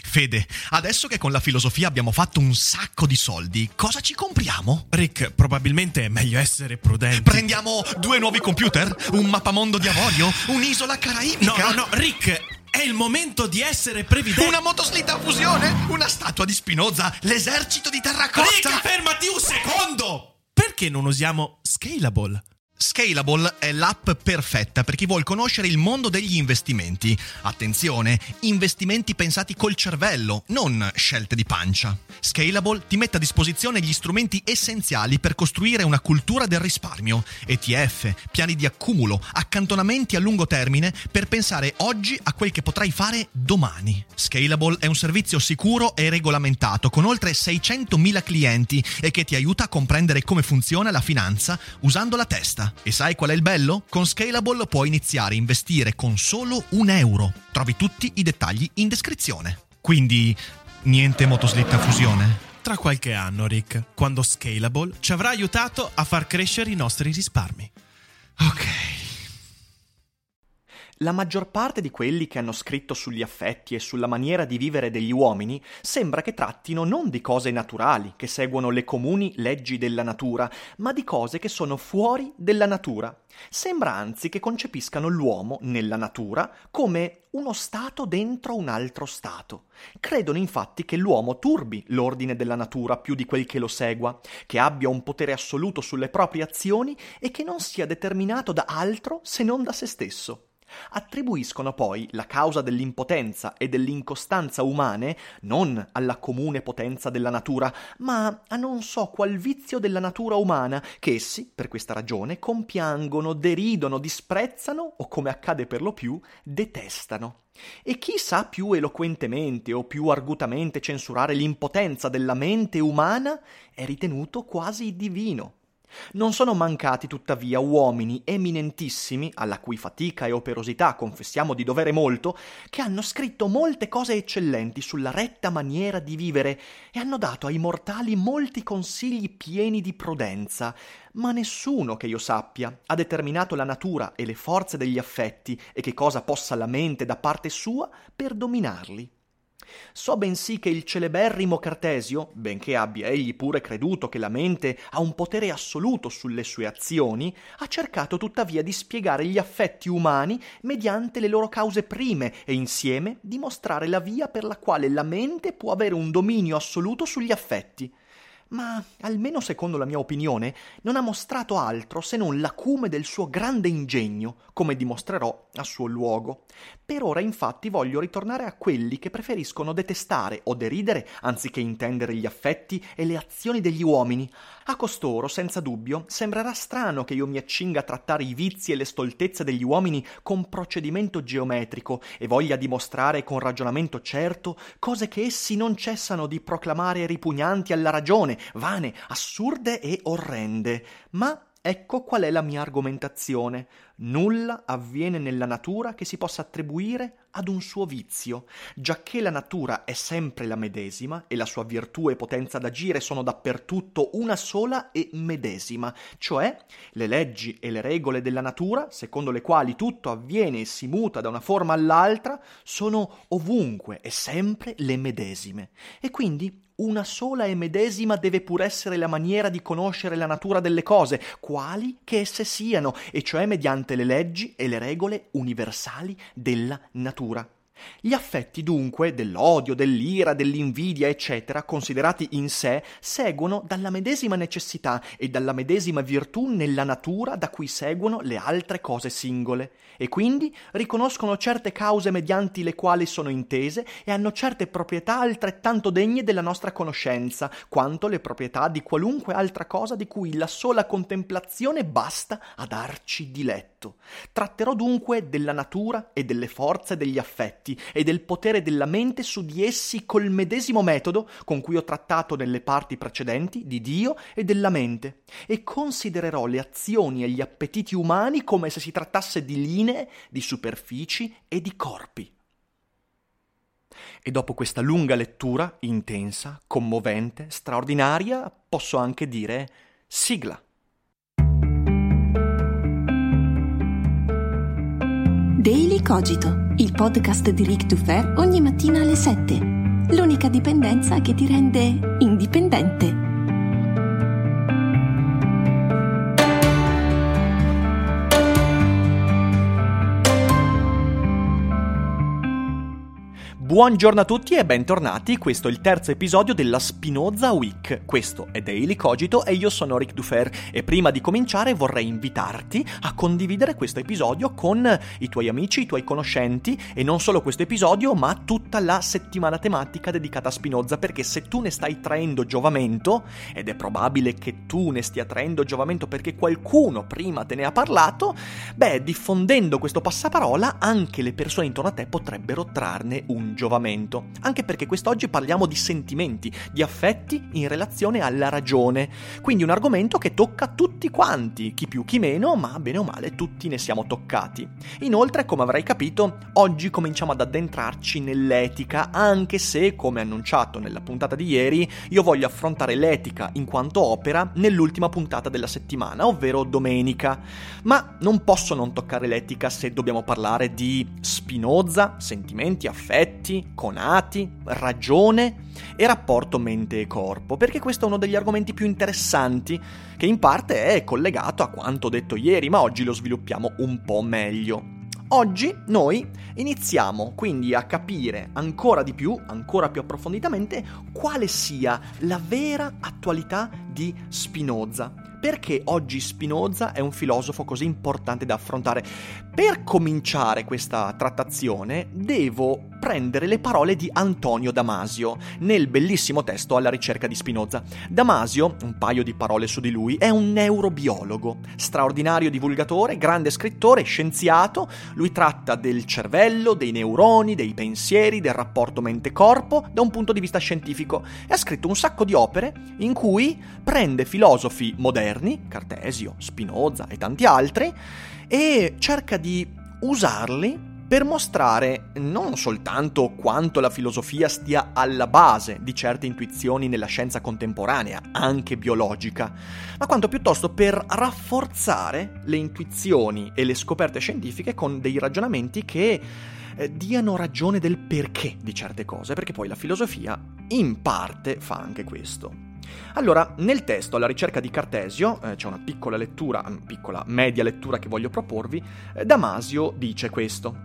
Fede, adesso che con la filosofia abbiamo fatto un sacco di soldi, cosa ci compriamo? Rick, probabilmente è meglio essere prudenti. Prendiamo 2 nuovi computer? Un mappamondo di avorio? Un'isola caraibica? No, Rick, è il momento di essere previdenti. Una motoslitta a fusione? Una statua di Spinoza? L'esercito di terracotta? Rick, fermati un secondo! Perché non usiamo Scalable? Scalable è l'app perfetta per chi vuol conoscere il mondo degli investimenti. Attenzione, investimenti pensati col cervello, non scelte di pancia. Scalable ti mette a disposizione gli strumenti essenziali per costruire una cultura del risparmio, ETF, piani di accumulo, accantonamenti a lungo termine per pensare oggi a quel che potrai fare domani. Scalable è un servizio sicuro e regolamentato con oltre 600.000 clienti e che ti aiuta a comprendere come funziona la finanza usando la testa. E sai qual è il bello? Con Scalable puoi iniziare a investire con solo €1. Trovi tutti i dettagli in descrizione. Quindi, niente motoslitta a fusione? Tra qualche anno, Rick, quando Scalable ci avrà aiutato a far crescere i nostri risparmi. Ok. La maggior parte di quelli che hanno scritto sugli affetti e sulla maniera di vivere degli uomini sembra che trattino non di cose naturali, che seguono le comuni leggi della natura, ma di cose che sono fuori della natura. Sembra anzi che concepiscano l'uomo nella natura come uno stato dentro un altro stato. Credono infatti che l'uomo turbi l'ordine della natura più di quel che lo segua, che abbia un potere assoluto sulle proprie azioni e che non sia determinato da altro se non da se stesso. Attribuiscono poi la causa dell'impotenza e dell'incostanza umane non alla comune potenza della natura, ma a non so qual vizio della natura umana che essi, per questa ragione, compiangono, deridono, disprezzano o, come accade per lo più, detestano. E chi sa più eloquentemente o più argutamente censurare l'impotenza della mente umana è ritenuto quasi divino. Non sono mancati tuttavia uomini eminentissimi, alla cui fatica e operosità confessiamo di dovere molto, che hanno scritto molte cose eccellenti sulla retta maniera di vivere e hanno dato ai mortali molti consigli pieni di prudenza, ma nessuno che io sappia ha determinato la natura e le forze degli affetti e che cosa possa la mente da parte sua per dominarli. So bensì che il celeberrimo Cartesio, benché abbia egli pure creduto che la mente ha un potere assoluto sulle sue azioni, ha cercato tuttavia di spiegare gli affetti umani mediante le loro cause prime e insieme dimostrare la via per la quale la mente può avere un dominio assoluto sugli affetti. Ma, almeno secondo la mia opinione, non ha mostrato altro se non l'acume del suo grande ingegno, come dimostrerò a suo luogo. Per ora, infatti, voglio ritornare a quelli che preferiscono detestare o deridere anziché intendere gli affetti e le azioni degli uomini. A costoro, senza dubbio, sembrerà strano che io mi accinga a trattare i vizi e le stoltezze degli uomini con procedimento geometrico e voglia dimostrare con ragionamento certo cose che essi non cessano di proclamare ripugnanti alla ragione, vane, assurde e orrende. Ma ecco qual è la mia argomentazione. Nulla avviene nella natura che si possa attribuire ad un suo vizio, giacché la natura è sempre la medesima e la sua virtù e potenza d'agire sono dappertutto una sola e medesima, cioè le leggi e le regole della natura, secondo le quali tutto avviene e si muta da una forma all'altra, sono ovunque e sempre le medesime. E quindi una sola e medesima deve pur essere la maniera di conoscere la natura delle cose, quali che esse siano, e cioè mediante le leggi e le regole universali della natura. Gli affetti dunque, dell'odio, dell'ira, dell'invidia, eccetera, considerati in sé, seguono dalla medesima necessità e dalla medesima virtù nella natura da cui seguono le altre cose singole, e quindi riconoscono certe cause medianti le quali sono intese e hanno certe proprietà altrettanto degne della nostra conoscenza, quanto le proprietà di qualunque altra cosa di cui la sola contemplazione basta a darci diletto. Tratterò dunque della natura e delle forze degli affetti e del potere della mente su di essi col medesimo metodo con cui ho trattato nelle parti precedenti di Dio e della mente, e considererò le azioni e gli appetiti umani come se si trattasse di linee, di superfici e di corpi. E dopo questa lunga lettura, intensa, commovente, straordinaria, posso anche dire sigla. Daily Cogito, il podcast di Rick Dufer ogni mattina alle 7. l'unica dipendenza che ti rende indipendente. Buongiorno a tutti e bentornati, questo è il terzo episodio della Spinoza Week. Questo è Daily Cogito e io sono Ric Dufer e prima di cominciare vorrei invitarti a condividere questo episodio con i tuoi amici, i tuoi conoscenti e non solo questo episodio ma tutta la settimana tematica dedicata a Spinoza, perché se tu ne stai traendo giovamento, ed è probabile che tu ne stia traendo giovamento perché qualcuno prima te ne ha parlato, diffondendo questo passaparola anche le persone intorno a te potrebbero trarne un giovamento, anche perché quest'oggi parliamo di sentimenti, di affetti in relazione alla ragione, quindi un argomento che tocca tutti quanti, chi più chi meno, ma bene o male tutti ne siamo toccati. Inoltre, come avrai capito, oggi cominciamo ad addentrarci nell'etica, anche se, come annunciato nella puntata di ieri, io voglio affrontare l'etica in quanto opera nell'ultima puntata della settimana, ovvero domenica, ma non posso non toccare l'etica se dobbiamo parlare di Spinoza, sentimenti, affetti, conati, ragione e rapporto mente e corpo, perché questo è uno degli argomenti più interessanti che in parte è collegato a quanto detto ieri, ma oggi lo sviluppiamo un po' meglio. Oggi noi iniziamo quindi a capire ancora di più, ancora più approfonditamente, quale sia la vera attualità di Spinoza. Perché oggi Spinoza è un filosofo così importante da affrontare? Per cominciare questa trattazione devo prendere le parole di Antonio Damasio nel bellissimo testo Alla ricerca di Spinoza. Damasio, un paio di parole su di lui, è un neurobiologo, straordinario divulgatore, grande scrittore, scienziato. Lui tratta del cervello, dei neuroni, dei pensieri, del rapporto mente-corpo da un punto di vista scientifico e ha scritto un sacco di opere in cui prende filosofi moderni, Cartesio, Spinoza e tanti altri, e cerca di usarli per mostrare non soltanto quanto la filosofia stia alla base di certe intuizioni nella scienza contemporanea, anche biologica, ma quanto piuttosto per rafforzare le intuizioni e le scoperte scientifiche con dei ragionamenti che diano ragione del perché di certe cose, perché poi la filosofia in parte fa anche questo. Allora, nel testo Alla ricerca di Cartesio, c'è una piccola media lettura che voglio proporvi, Damasio dice questo.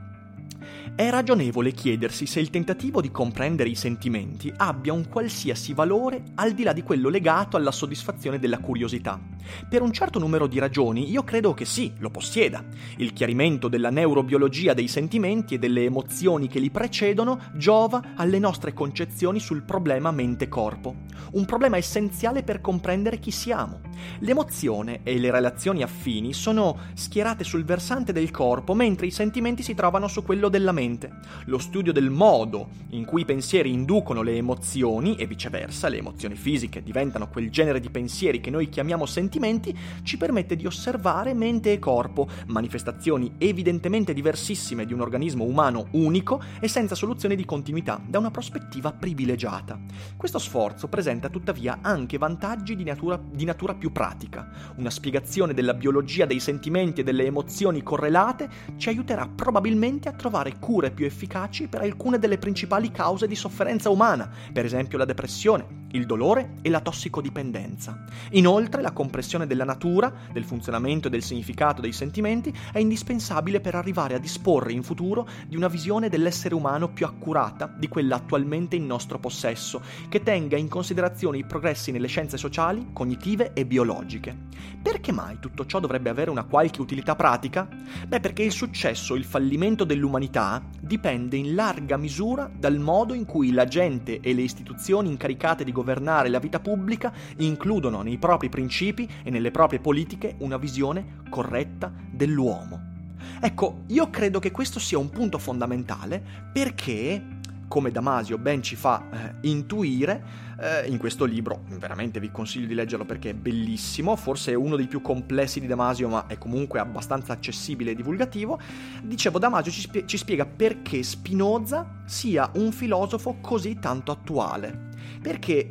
È ragionevole chiedersi se il tentativo di comprendere i sentimenti abbia un qualsiasi valore al di là di quello legato alla soddisfazione della curiosità. Per un certo numero di ragioni io credo che sì, lo possieda. Il chiarimento della neurobiologia dei sentimenti e delle emozioni che li precedono giova alle nostre concezioni sul problema mente-corpo. Un problema essenziale per comprendere chi siamo. L'emozione e le relazioni affini sono schierate sul versante del corpo, mentre i sentimenti si trovano su quello della mente. Lo studio del modo in cui i pensieri inducono le emozioni e viceversa, le emozioni fisiche diventano quel genere di pensieri che noi chiamiamo sentimenti, ci permette di osservare mente e corpo, manifestazioni evidentemente diversissime di un organismo umano unico e senza soluzione di continuità, da una prospettiva privilegiata. Questo sforzo presenta tuttavia anche vantaggi di natura più pratica. Una spiegazione della biologia dei sentimenti e delle emozioni correlate ci aiuterà probabilmente a trovare cure più efficaci per alcune delle principali cause di sofferenza umana, per esempio la depressione, il dolore e la tossicodipendenza. Inoltre, la comprensione della natura, del funzionamento e del significato dei sentimenti è indispensabile per arrivare a disporre in futuro di una visione dell'essere umano più accurata di quella attualmente in nostro possesso, che tenga in considerazione i progressi nelle scienze sociali, cognitive e biologiche. Perché mai tutto ciò dovrebbe avere una qualche utilità pratica? Perché il successo o il fallimento dell'umanità dipende in larga misura dal modo in cui la gente e le istituzioni incaricate di governare la vita pubblica includono nei propri principi e nelle proprie politiche una visione corretta dell'uomo. Ecco, io credo che questo sia un punto fondamentale perché, come Damasio ben ci fa intuire, in questo libro, veramente vi consiglio di leggerlo perché è bellissimo, forse è uno dei più complessi di Damasio, ma è comunque abbastanza accessibile e divulgativo. Dicevo, Damasio ci spiega perché Spinoza sia un filosofo così tanto attuale. Perché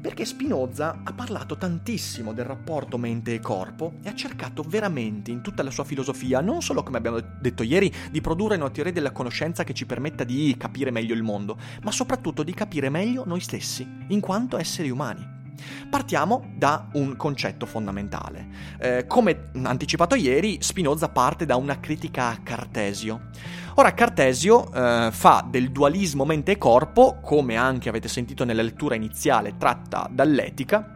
Perché Spinoza ha parlato tantissimo del rapporto mente e corpo e ha cercato veramente in tutta la sua filosofia, non solo come abbiamo detto ieri, di produrre una teoria della conoscenza che ci permetta di capire meglio il mondo, ma soprattutto di capire meglio noi stessi, in quanto esseri umani. Partiamo da un concetto fondamentale. Come anticipato ieri, Spinoza parte da una critica a Cartesio. Ora, Cartesio fa del dualismo mente e corpo, come anche avete sentito nella lettura iniziale tratta dall'Etica,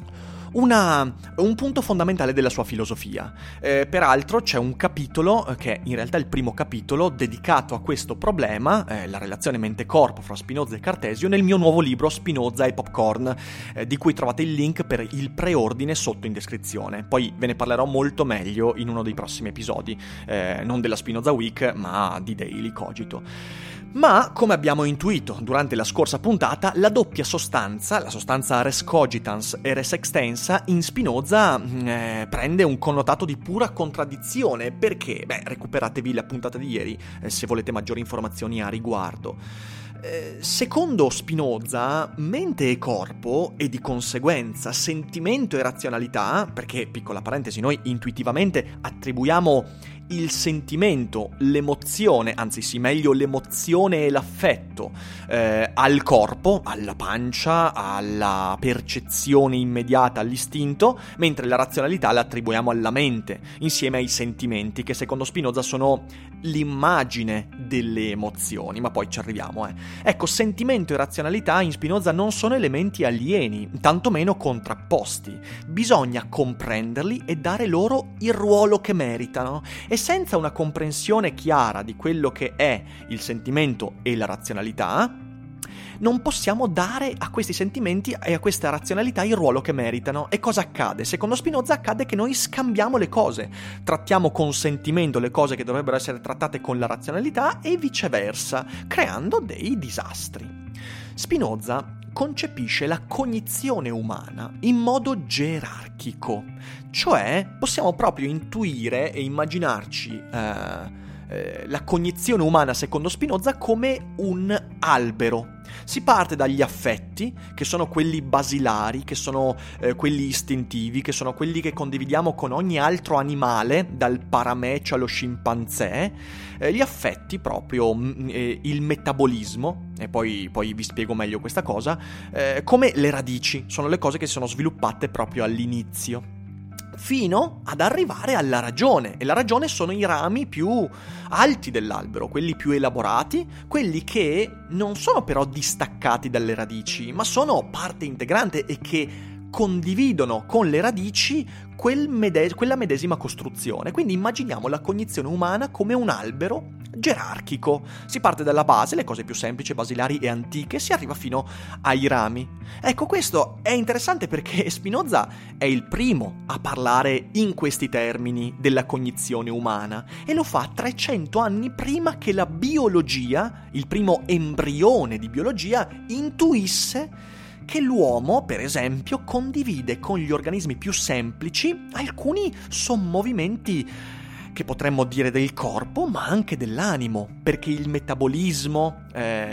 un punto fondamentale della sua filosofia. Peraltro c'è un capitolo, che è in realtà il primo capitolo, dedicato a questo problema, la relazione mente-corpo fra Spinoza e Cartesio, nel mio nuovo libro Spinoza e Popcorn, di cui trovate il link per il preordine sotto in descrizione. Poi ve ne parlerò molto meglio in uno dei prossimi episodi, non della Spinoza Week, ma di Daily Cogito. Ma, come abbiamo intuito durante la scorsa puntata, la doppia sostanza, la sostanza res cogitans e res extensa, in Spinoza prende un connotato di pura contraddizione. Perché? Recuperatevi la puntata di ieri se volete maggiori informazioni a riguardo. Secondo Spinoza, mente e corpo, e di conseguenza sentimento e razionalità, perché, piccola parentesi, noi intuitivamente attribuiamo il sentimento, l'emozione, anzi sì, meglio l'emozione e l'affetto al corpo, alla pancia, alla percezione immediata, all'istinto, mentre la razionalità la attribuiamo alla mente, insieme ai sentimenti, che secondo Spinoza sono l'immagine delle emozioni, ma poi ci arriviamo. Ecco, sentimento e razionalità in Spinoza non sono elementi alieni, tantomeno contrapposti. Bisogna comprenderli e dare loro il ruolo che meritano, e senza una comprensione chiara di quello che è il sentimento e la razionalità, non possiamo dare a questi sentimenti e a questa razionalità il ruolo che meritano. E cosa accade? Secondo Spinoza accade che noi scambiamo le cose, trattiamo con sentimento le cose che dovrebbero essere trattate con la razionalità e viceversa, creando dei disastri. Spinoza concepisce la cognizione umana in modo gerarchico, cioè possiamo proprio intuire e immaginarci la cognizione umana secondo Spinoza come un albero. Si parte dagli affetti, che sono quelli basilari, che sono quelli istintivi, che sono quelli che condividiamo con ogni altro animale, dal paramecio allo scimpanzé, gli affetti proprio, il metabolismo, e poi vi spiego meglio questa cosa, come le radici, sono le cose che sono sviluppate proprio all'inizio, fino ad arrivare alla ragione. E la ragione sono i rami più alti dell'albero, quelli più elaborati, quelli che non sono però distaccati dalle radici, ma sono parte integrante e che condividono con le radici quella medesima costruzione. Quindi immaginiamo la cognizione umana come un albero gerarchico. Si parte dalla base, le cose più semplici, basilari e antiche, si arriva fino ai rami. Ecco, questo è interessante perché Spinoza è il primo a parlare in questi termini della cognizione umana, e lo fa 300 anni prima che la biologia, il primo embrione di biologia, intuisse che l'uomo, per esempio, condivide con gli organismi più semplici alcuni sommovimenti che potremmo dire del corpo, ma anche dell'animo, perché il metabolismo,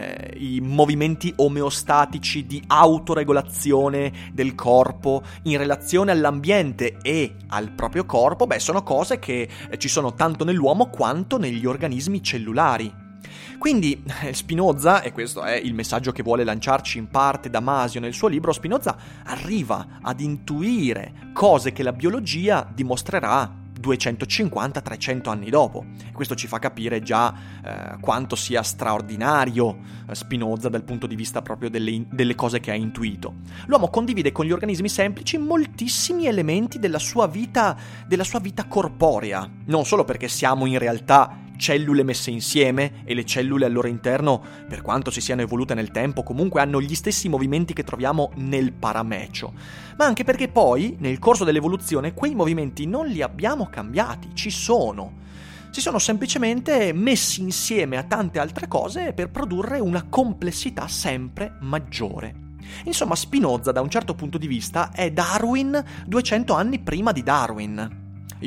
i movimenti omeostatici di autoregolazione del corpo in relazione all'ambiente e al proprio corpo, sono cose che ci sono tanto nell'uomo quanto negli organismi cellulari. Quindi Spinoza, e questo è il messaggio che vuole lanciarci in parte Damasio nel suo libro, Spinoza arriva ad intuire cose che la biologia dimostrerà 250-300 anni dopo. Questo ci fa capire già quanto sia straordinario Spinoza dal punto di vista proprio delle cose che ha intuito. L'uomo condivide con gli organismi semplici moltissimi elementi della sua vita corporea, non solo perché siamo in realtà cellule messe insieme, e le cellule al loro interno, per quanto si siano evolute nel tempo, comunque hanno gli stessi movimenti che troviamo nel paramecio, ma anche perché poi, nel corso dell'evoluzione, quei movimenti non li abbiamo cambiati, ci sono. Si sono semplicemente messi insieme a tante altre cose per produrre una complessità sempre maggiore. Insomma, Spinoza, da un certo punto di vista, è Darwin 200 anni prima di Darwin.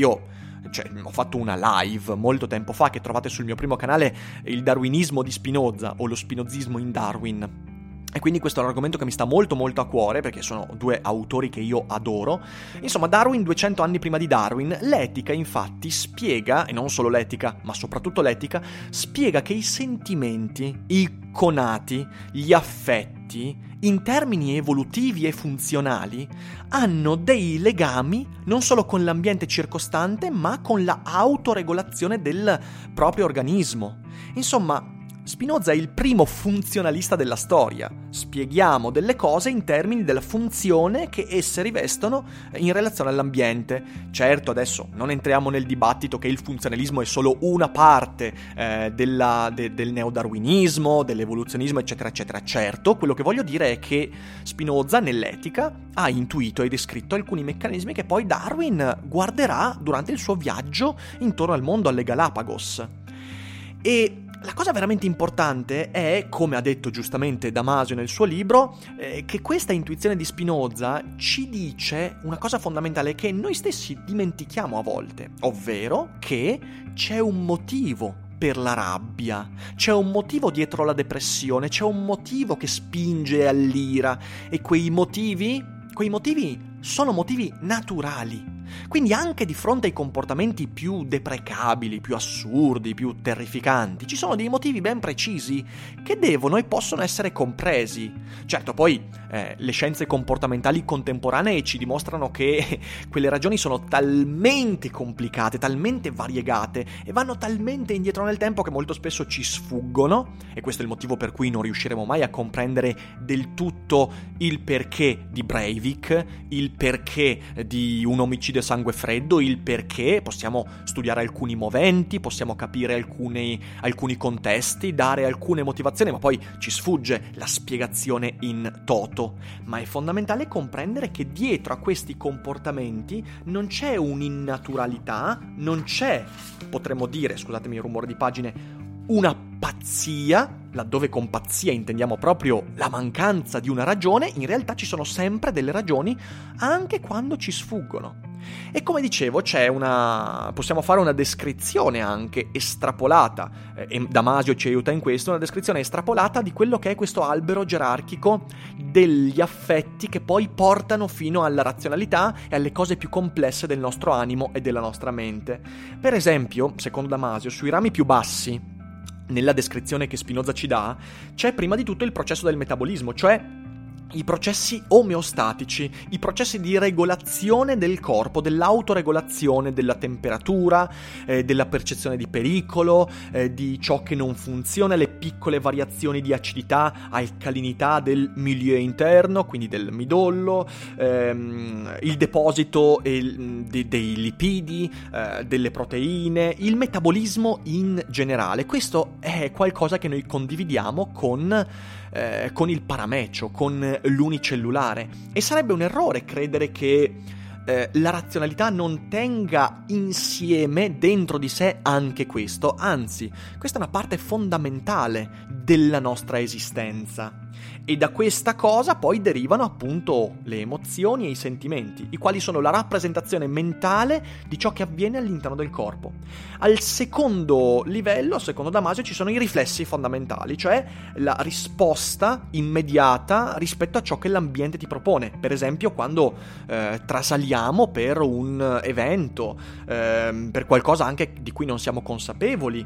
Ho fatto una live molto tempo fa che trovate sul mio primo canale, il darwinismo di Spinoza o lo spinozismo in Darwin. E quindi questo è un argomento che mi sta molto molto a cuore, perché sono due autori che io adoro. Insomma, Darwin, 200 anni prima di Darwin, l'etica infatti spiega, e non solo l'etica, ma soprattutto l'etica, spiega che i sentimenti, i conati, gli affetti, in termini evolutivi e funzionali, hanno dei legami non solo con l'ambiente circostante, ma con la autoregolazione del proprio organismo. Insomma, Spinoza è il primo funzionalista della storia. Spieghiamo delle cose in termini della funzione che esse rivestono in relazione all'ambiente. Certo, adesso non entriamo nel dibattito che il funzionalismo è solo una parte del neodarwinismo, dell'evoluzionismo, eccetera, eccetera. Certo, quello che voglio dire è che Spinoza nell'etica ha intuito e descritto alcuni meccanismi che poi Darwin guarderà durante il suo viaggio intorno al mondo, alle Galapagos. E la cosa veramente importante è, come ha detto giustamente Damasio nel suo libro, che questa intuizione di Spinoza ci dice una cosa fondamentale che noi stessi dimentichiamo a volte, ovvero che c'è un motivo per la rabbia, c'è un motivo dietro la depressione, c'è un motivo che spinge all'ira, e quei motivi sono motivi naturali. Quindi anche di fronte ai comportamenti più deprecabili, più assurdi, più terrificanti, ci sono dei motivi ben precisi che devono e possono essere compresi. Certo, poi le scienze comportamentali contemporanee ci dimostrano che quelle ragioni sono talmente complicate, talmente variegate e vanno talmente indietro nel tempo che molto spesso ci sfuggono, e questo è il motivo per cui non riusciremo mai a comprendere del tutto il perché di Breivik, il perché di un omicidio a sangue freddo, il perché. Possiamo studiare alcuni moventi, possiamo capire alcuni contesti, dare alcune motivazioni, ma poi ci sfugge la spiegazione in toto. Ma è fondamentale comprendere che dietro a questi comportamenti non c'è un'innaturalità, non c'è, potremmo dire, scusatemi il rumore di pagine, una pazzia, laddove con pazzia intendiamo proprio la mancanza di una ragione. In realtà ci sono sempre delle ragioni, anche quando ci sfuggono. E come dicevo, possiamo fare una descrizione anche estrapolata, e Damasio ci aiuta in questo, una descrizione estrapolata di quello che è questo albero gerarchico degli affetti che poi portano fino alla razionalità e alle cose più complesse del nostro animo e della nostra mente. Per esempio, secondo Damasio, sui rami più bassi, nella descrizione che Spinoza ci dà, c'è prima di tutto il processo del metabolismo, cioè i processi omeostatici, i processi di regolazione del corpo, dell'autoregolazione della temperatura, della percezione di pericolo, di ciò che non funziona, le piccole variazioni di acidità, alcalinità del milieu interno, quindi del midollo, il deposito dei lipidi, delle proteine, il metabolismo in generale. Questo è qualcosa che noi condividiamo con il paramecio, con l'unicellulare, e sarebbe un errore credere che la razionalità non tenga insieme dentro di sé anche questo. Anzi, questa è una parte fondamentale della nostra esistenza, e da questa cosa poi derivano appunto le emozioni e i sentimenti, i quali sono la rappresentazione mentale di ciò che avviene all'interno del corpo. Al secondo livello, secondo Damasio, ci sono i riflessi fondamentali, cioè la risposta immediata rispetto a ciò che l'ambiente ti propone. Per esempio quando trasaliamo per un evento, per qualcosa anche di cui non siamo consapevoli,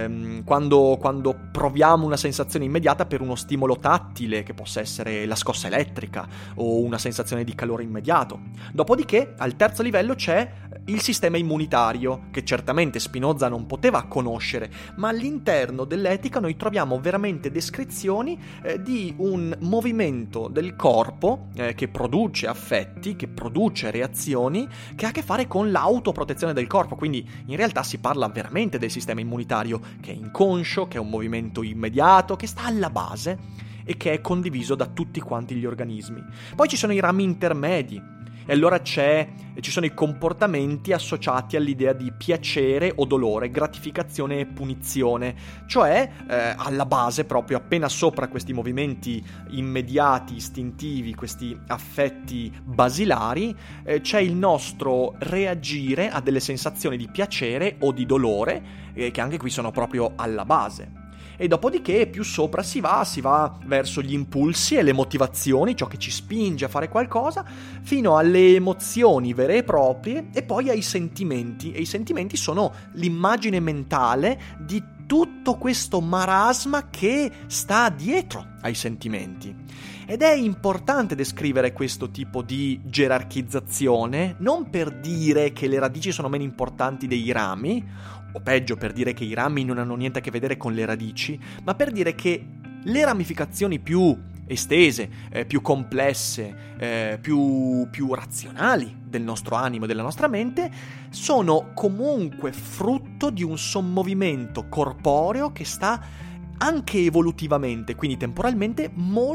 quando proviamo una sensazione immediata per uno stimolo tattile, che possa essere la scossa elettrica o una sensazione di calore immediato. Dopodiché, al terzo livello c'è il sistema immunitario, che certamente Spinoza non poteva conoscere, ma all'interno dell'etica noi troviamo veramente descrizioni di un movimento del corpo che produce affetti, che produce reazioni, che ha a che fare con l'autoprotezione del corpo. Quindi in realtà si parla veramente del sistema immunitario, che è inconscio, che è un movimento immediato, che sta alla base e che è condiviso da tutti quanti gli organismi. Poi ci sono i rami intermedi, e allora ci sono i comportamenti associati all'idea di piacere o dolore, gratificazione e punizione, cioè alla base, proprio appena sopra questi movimenti immediati, istintivi, questi affetti basilari, c'è il nostro reagire a delle sensazioni di piacere o di dolore, che anche qui sono proprio alla base. e dopodiché più sopra si va verso gli impulsi e le motivazioni, ciò che ci spinge a fare qualcosa, fino alle emozioni vere e proprie e poi ai sentimenti. E i sentimenti sono l'immagine mentale di tutto questo marasma che sta dietro ai sentimenti. Ed è importante descrivere questo tipo di gerarchizzazione, non per dire che le radici sono meno importanti dei rami, o peggio per dire che i rami non hanno niente a che vedere con le radici, ma per dire che le ramificazioni più estese, più complesse, più razionali del nostro animo e della nostra mente sono comunque frutto di un sommovimento corporeo che sta anche evolutivamente, quindi temporalmente,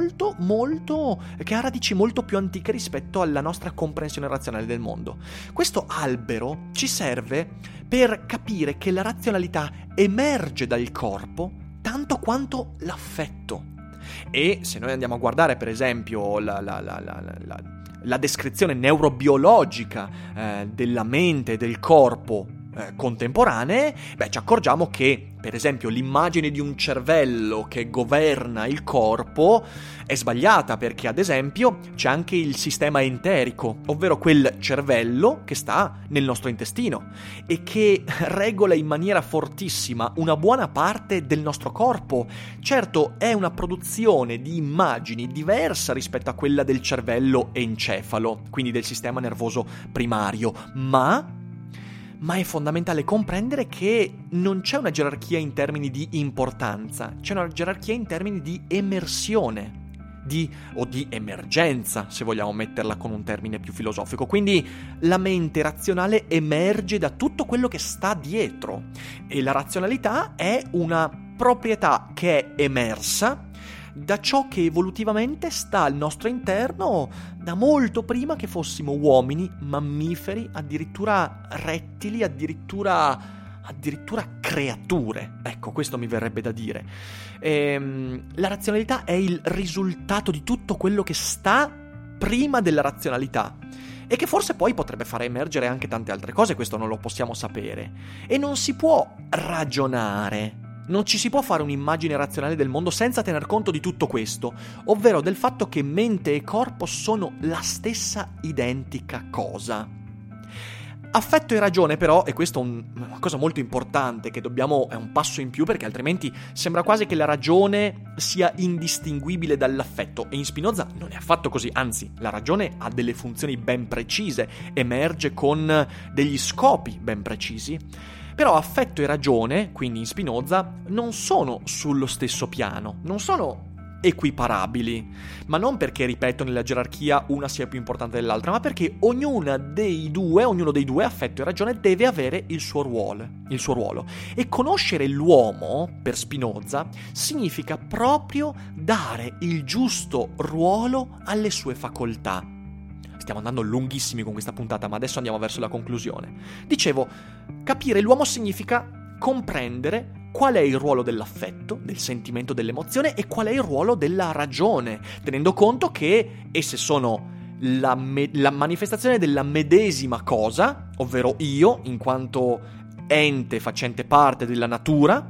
che ha radici molto più antiche rispetto alla nostra comprensione razionale del mondo. Questo albero ci serve per capire che la razionalità emerge dal corpo tanto quanto l'affetto. E se noi andiamo a guardare, per esempio, la descrizione neurobiologica della mente e del corpo contemporanee, ci accorgiamo che, per esempio, l'immagine di un cervello che governa il corpo è sbagliata, perché ad esempio c'è anche il sistema enterico, ovvero quel cervello che sta nel nostro intestino e che regola in maniera fortissima una buona parte del nostro corpo. Certo, è una produzione di immagini diversa rispetto a quella del cervello encefalo, quindi del sistema nervoso primario, ma è fondamentale comprendere che non c'è una gerarchia in termini di importanza, c'è una gerarchia in termini di emersione, o di emergenza, se vogliamo metterla con un termine più filosofico. Quindi la mente razionale emerge da tutto quello che sta dietro, e la razionalità è una proprietà che è emersa da ciò che evolutivamente sta al nostro interno da molto prima che fossimo uomini, mammiferi, addirittura rettili, addirittura creature. Ecco, questo mi verrebbe da dire. La razionalità è il risultato di tutto quello che sta prima della razionalità e che forse poi potrebbe fare emergere anche tante altre cose, questo non lo possiamo sapere. E non si può ragionare, non ci si può fare un'immagine razionale del mondo senza tener conto di tutto questo, ovvero del fatto che mente e corpo sono la stessa identica cosa. Affetto e ragione però, e questo è una cosa molto importante che è un passo in più, perché altrimenti sembra quasi che la ragione sia indistinguibile dall'affetto, e in Spinoza non è affatto così, anzi la ragione ha delle funzioni ben precise, emerge con degli scopi ben precisi. Però affetto e ragione, quindi in Spinoza, non sono sullo stesso piano, non sono equiparabili, ma non perché, ripeto, nella gerarchia una sia più importante dell'altra, ma perché ognuno dei due, affetto e ragione, deve avere il suo ruolo. E conoscere l'uomo, per Spinoza, significa proprio dare il giusto ruolo alle sue facoltà. Stiamo andando lunghissimi con questa puntata, ma adesso andiamo verso la conclusione. Dicevo, capire l'uomo significa comprendere qual è il ruolo dell'affetto, del sentimento, dell'emozione, e qual è il ruolo della ragione, tenendo conto che esse sono la manifestazione della medesima cosa, ovvero io, in quanto ente facente parte della natura,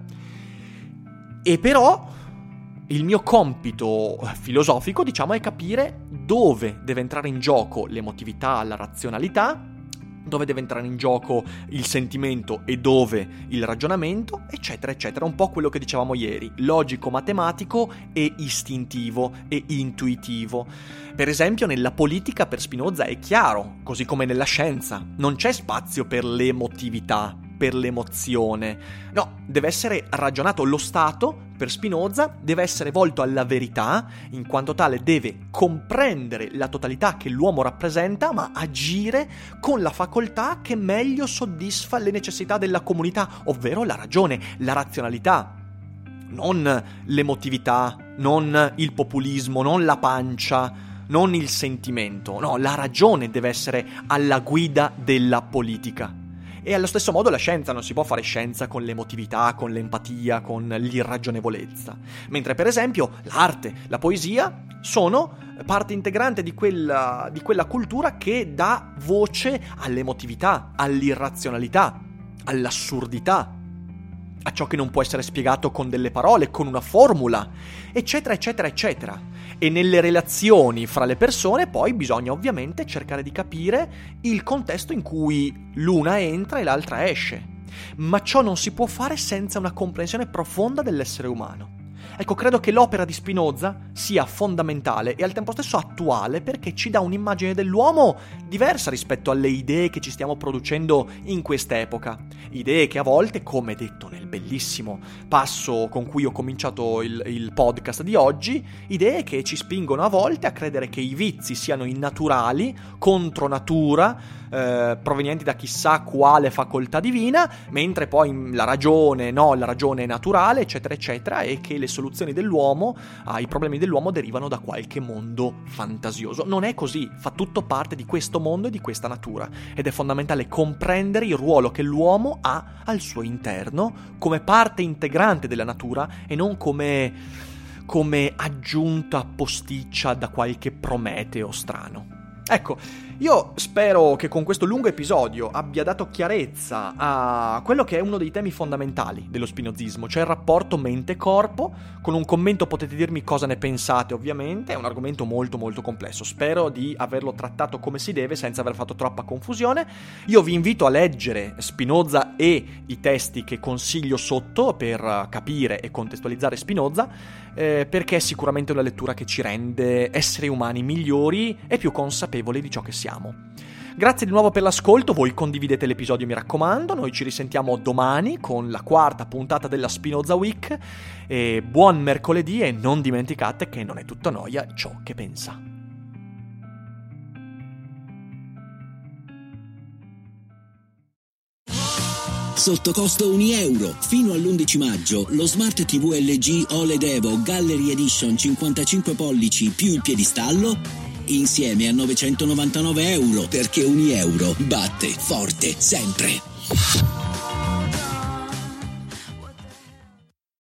e però il mio compito filosofico, diciamo, è capire dove deve entrare in gioco l'emotività, la razionalità, dove deve entrare in gioco il sentimento e dove il ragionamento, eccetera, eccetera. Un po' quello che dicevamo ieri, logico, matematico e istintivo e intuitivo. Per esempio, nella politica per Spinoza è chiaro, così come nella scienza, non c'è spazio per l'emotività, per l'emozione. No, deve essere ragionato. Lo Stato, per Spinoza, deve essere volto alla verità, in quanto tale deve comprendere la totalità che l'uomo rappresenta, ma agire con la facoltà che meglio soddisfa le necessità della comunità, ovvero la ragione, la razionalità. Non l'emotività, non il populismo, non la pancia, non il sentimento. No, la ragione deve essere alla guida della politica. E allo stesso modo la scienza, non si può fare scienza con l'emotività, con l'empatia, con l'irragionevolezza. Mentre per esempio l'arte, la poesia sono parte integrante di quella cultura che dà voce all'emotività, all'irrazionalità, all'assurdità. a ciò che non può essere spiegato con delle parole, con una formula, eccetera, eccetera, eccetera. E nelle relazioni fra le persone poi bisogna ovviamente cercare di capire il contesto in cui l'una entra e l'altra esce. Ma ciò non si può fare senza una comprensione profonda dell'essere umano. Ecco, credo che l'opera di Spinoza sia fondamentale e al tempo stesso attuale, perché ci dà un'immagine dell'uomo diversa rispetto alle idee che ci stiamo producendo in quest'epoca. Idee che a volte, come detto nel bellissimo passo con cui ho cominciato il podcast di oggi, idee che ci spingono a volte a credere che i vizi siano innaturali, contro natura, provenienti da chissà quale facoltà divina, mentre poi la ragione è naturale, eccetera, eccetera, e che le soluzioni dell'uomo ai problemi dell'uomo derivano da qualche mondo fantasioso. Non è così, fa tutto parte di questo mondo e di questa natura, ed è fondamentale comprendere il ruolo che l'uomo ha al suo interno come parte integrante della natura e non come aggiunta posticcia da qualche Prometeo strano. Ecco, io spero che con questo lungo episodio abbia dato chiarezza a quello che è uno dei temi fondamentali dello spinozismo, cioè il rapporto mente-corpo. Con un commento potete dirmi cosa ne pensate, ovviamente, è un argomento molto molto complesso. Spero di averlo trattato come si deve, senza aver fatto troppa confusione. Io vi invito a leggere Spinoza e i testi che consiglio sotto per capire e contestualizzare Spinoza, perché è sicuramente una lettura che ci rende esseri umani migliori e più consapevoli di ciò che siamo. Grazie di nuovo per l'ascolto, voi condividete l'episodio, mi raccomando. Noi ci risentiamo domani con la 4ª puntata della Spinoza Week, e buon mercoledì, e non dimenticate che non è tutta noia ciò che pensa. Sotto costo €1. Fino all'11 maggio lo Smart TV LG OLED Evo Gallery Edition 55 pollici più il piedistallo insieme a €999, perché €1 batte forte sempre.